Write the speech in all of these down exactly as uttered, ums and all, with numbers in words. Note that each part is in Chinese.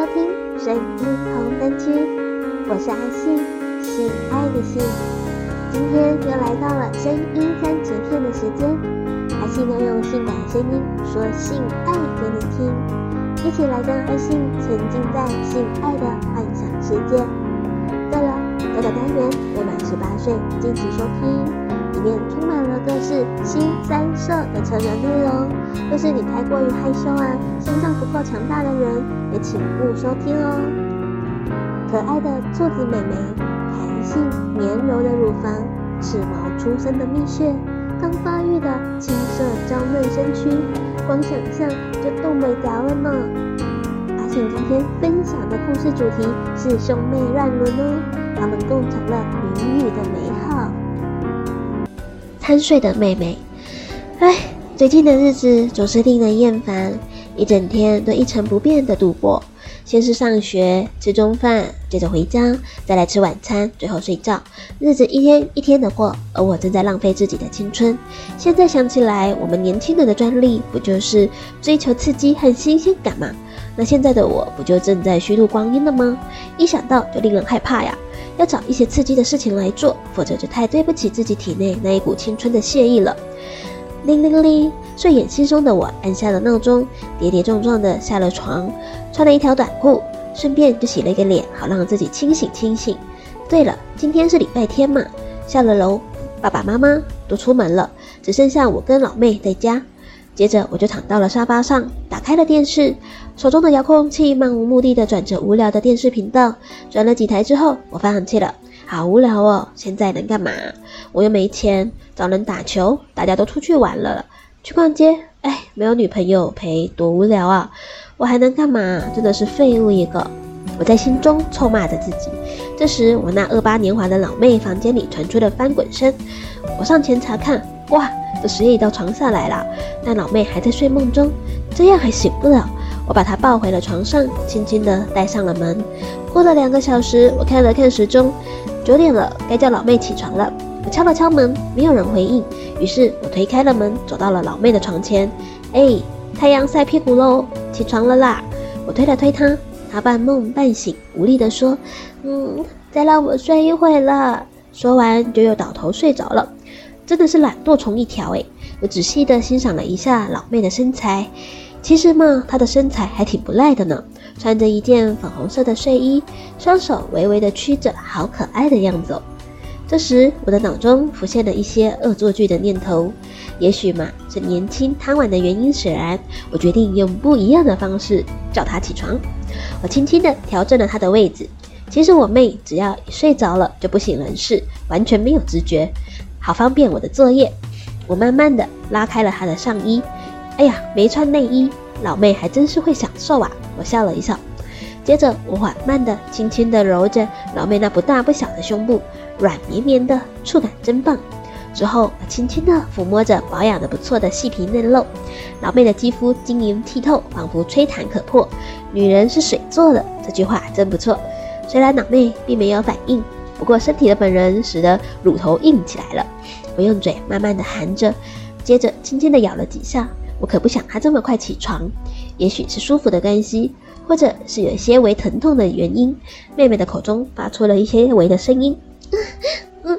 收听声音红灯区，我是阿信，性爱的性。今天又来到了声音三级片的时间，阿信要用性感声音说性爱给你听，一起来跟阿信沉浸在性爱的幻想世界。对了，这个单元未满十八岁禁止收听，里面充满了各式新三色的成人内容，若是你太过于害羞啊，心脏不够强大的人，也请勿收听哦。可爱的兔子美眉，弹性绵柔的乳房，齿毛出生的蜜穴，刚发育的青涩娇嫩身躯，光想象就动不了了呢。阿信今天分享的故事主题是兄妹乱伦哦，他们共尝了名誉的美好。贪睡的妹妹，唉，最近的日子总是令人厌烦，一整天都一成不变的度过。先是上学，吃中饭，接着回家，再来吃晚餐，最后睡觉。日子一天一天的过，而我正在浪费自己的青春。现在想起来，我们年轻人的专利不就是追求刺激和新鲜感吗？那现在的我不就正在虚度光阴了吗？一想到就令人害怕呀，要找一些刺激的事情来做，否则就太对不起自己体内那一股青春的惬意了。铃铃铃，睡眼惺忪的我按下了闹钟，跌跌撞撞的下了床，穿了一条短裤，顺便就洗了一个脸，好让自己清醒清醒。对了，今天是礼拜天嘛。下了楼，爸爸妈妈都出门了，只剩下我跟老妹在家。接着我就躺到了沙发上，打开了电视，手中的遥控器漫无目的的转着无聊的电视频道，转了几台之后我放弃了，好无聊哦，现在能干嘛？我又没钱，找人打球，大家都出去玩了，去逛街，哎，没有女朋友陪，多无聊啊！我还能干嘛？真的是废物一个。我在心中臭骂着自己。这时我那二八年华的老妹房间里传出了翻滚声，我上前查看，哇，都十一到床下来了，但老妹还在睡梦中，这样还醒不了。我把她抱回了床上，轻轻地带上了门。过了两个小时，我看了看时钟，九点了，该叫老妹起床了。我敲了敲门，没有人回应，于是我推开了门，走到了老妹的床前。哎，太阳晒屁股喽，起床了啦！我推了推她，她半梦半醒，无力地说：“嗯，再让我睡一会了。”说完就又倒头睡着了。真的是懒惰虫一条诶。我仔细地欣赏了一下老妹的身材，其实嘛，她的身材还挺不赖的呢，穿着一件粉红色的睡衣，双手微微地曲着，好可爱的样子哦。这时我的脑中浮现了一些恶作剧的念头，也许嘛是年轻贪玩的原因使然，我决定用不一样的方式叫她起床。我轻轻地调整了她的位置，其实我妹只要一睡着了就不省人事，完全没有知觉，好方便我的作业。我慢慢地拉开了她的上衣，哎呀，没穿内衣，老妹还真是会享受啊，我笑了一笑。接着我缓慢地轻轻地揉着老妹那不大不小的胸部，软绵绵的，触感真棒。之后我轻轻地抚摸着保养得不错的细皮嫩肉，老妹的肌肤晶莹剔透，仿佛吹弹可破。女人是水做的，这句话真不错。虽然老妹并没有反应，不过身体的本能使得乳头硬起来了。我用嘴慢慢地含着，接着轻轻地咬了几下。我可不想她这么快起床，也许是舒服的关系，或者是有一些微疼痛的原因，妹妹的口中发出了一些微的声音。嗯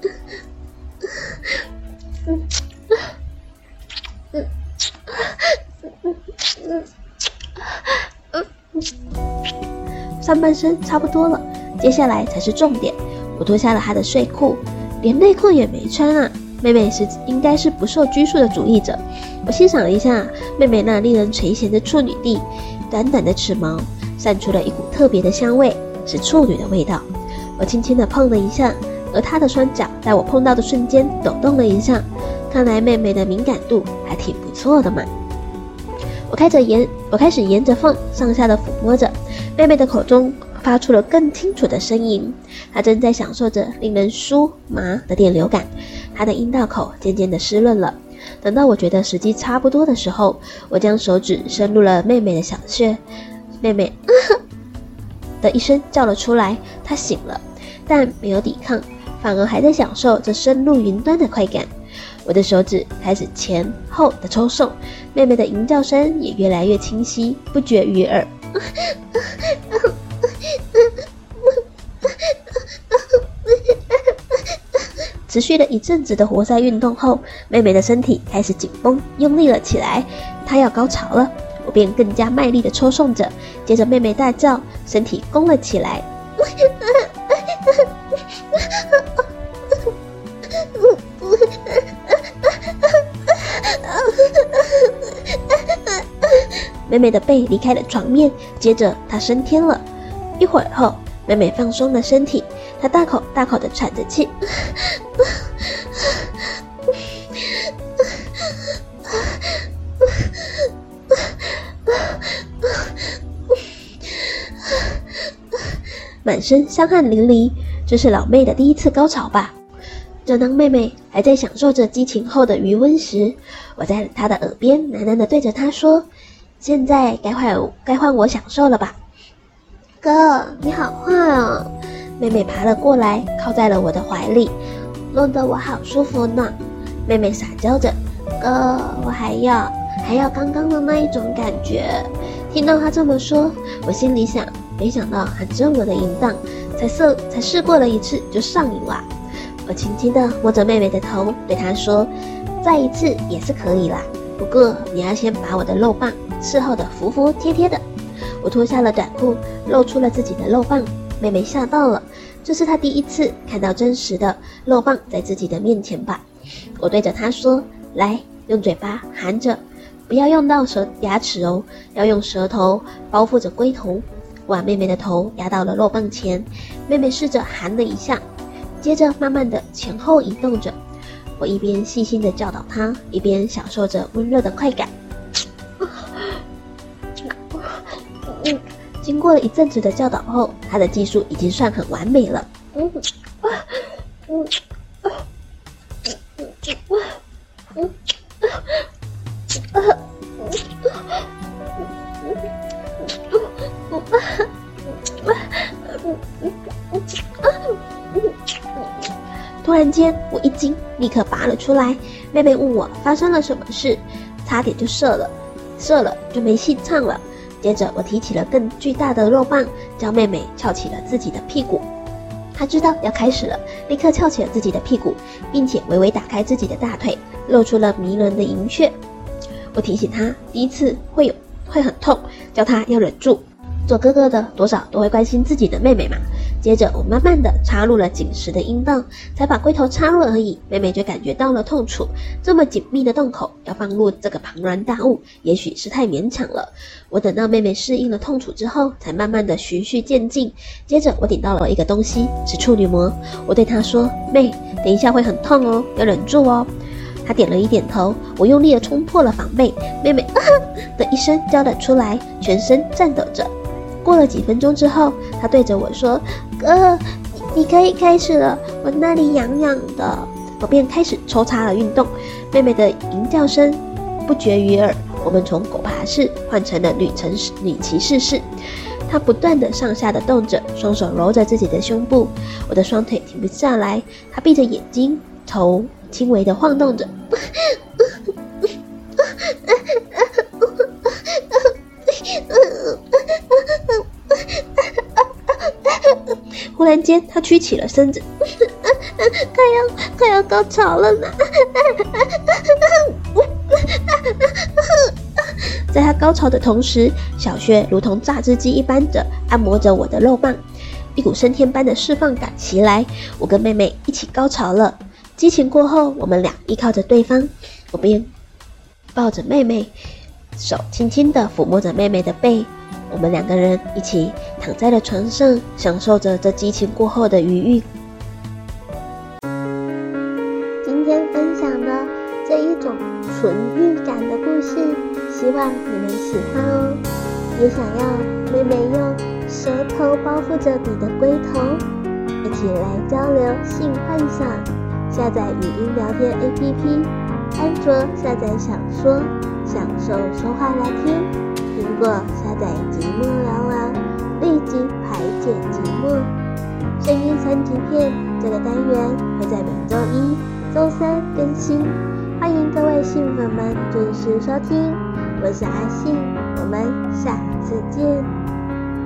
嗯嗯嗯嗯嗯嗯，上半身差不多了，接下来才是重点。我脱下了她的睡裤，连内裤也没穿啊。妹妹是应该是不受拘束的主义者。我欣赏了一下妹妹那令人垂涎的处女地，短短的齿毛散出了一股特别的香味，是处女的味道。我轻轻地碰了一下，而她的双脚在我碰到的瞬间抖动了一下，看来妹妹的敏感度还挺不错的嘛。我开始沿我开始沿着缝上下的抚摸着，妹妹的口中发出了更清楚的呻吟，她正在享受着令人酥麻的电流感，她的阴道口渐渐的湿润了。等到我觉得时机差不多的时候，我将手指伸入了妹妹的小穴，妹妹的一声叫了出来，她醒了，但没有抵抗，反而还在享受这深入云端的快感。我的手指开始前后的抽送，妹妹的吟叫声也越来越清晰，不绝于耳。 持续了一阵子的活塞运动后，妹妹的身体开始紧绷用力了起来，她要高潮了，我便更加卖力的抽送着，接着妹妹大叫，身体弓了起来。妹妹的背离开了床面，接着她升天了。一会儿后，妹妹放松了身体，她大口大口的喘着气。满身香汗淋漓，这是老妹的第一次高潮吧。正当妹妹还在享受着激情后的余温时，我在她的耳边喃喃地对着她说：现在该换该换我享受了吧。哥，你好坏哦。妹妹爬了过来，靠在了我的怀里，弄得我好舒服呢。妹妹撒娇着：哥，我还要还要刚刚的那一种感觉。听到她这么说，我心里想，没想到还这么的淫荡，才试才试过了一次就上瘾了。我轻轻地摸着妹妹的头，对她说：再一次也是可以啦，不过你要先把我的肉棒伺候的服服帖帖的。我脱下了短裤，露出了自己的肉棒，妹妹吓到了，这是她第一次看到真实的肉棒在自己的面前吧。我对着她说：来，用嘴巴含着，不要用到舌牙齿哦，要用舌头包覆着龟头。我把妹妹的头压到了肉棒前，妹妹试着含了一下，接着慢慢的前后移动着。我一边细心的教导她，一边享受着温热的快感。经过了一阵子的教导后，她的技术已经算很完美了。突然间，我一惊，立刻拔了出来。妹妹问我发生了什么事，差点就射了，射了就没戏唱了。接着，我提起了更巨大的肉棒，教妹妹翘起了自己的屁股。她知道要开始了，立刻翘起了自己的屁股，并且微微打开自己的大腿，露出了迷人的银穴。我提醒她，第一次会有会很痛，叫她要忍住。做哥哥的多少都会关心自己的妹妹嘛。接着我慢慢的插入了紧实的阴道，才把龟头插入而已，妹妹就感觉到了痛楚。这么紧密的洞口要放入这个庞然大物，也许是太勉强了。我等到妹妹适应了痛楚之后，才慢慢的循序渐进。接着我顶到了一个东西，是处女膜。我对她说：妹，等一下会很痛哦，要忍住哦。她点了一点头，我用力的冲破了防备，妹妹啊的一声叫了出来，全身颤抖着。过了几分钟之后，她对着我说：哥，你可以开始了，我那里痒痒的。我便开始抽插了运动，妹妹的吟叫声不绝于耳。我们从狗爬式换成了女城女骑士式，她不断的上下的动着，双手揉着自己的胸部，我的双腿停不下来，她闭着眼睛，头轻微的晃动着。忽然间，她曲起了身子，快要快要高潮了呢。在她高潮的同时，小穴如同榨汁机一般的按摩着我的肉棒，一股升天般的释放感袭来，我跟妹妹一起高潮了。激情过后，我们俩依靠着对方，我便抱着妹妹，手轻轻地抚摸着妹妹的背。我们两个人一起躺在了床上，享受着这激情过后的愉悦。今天分享的这一种纯欲感的故事，希望你们喜欢哦。也想要妹妹用舌头包覆着你的龟头，一起来交流性幻想。下载语音聊天 A P P， 安卓下载享说，享受说话聊天。苹果下载寂寞聊聊，立即排解寂寞。声音三级片这个单元会在每周一、周三更新，欢迎各位性粉们准时收听。我是阿信，我们下次见。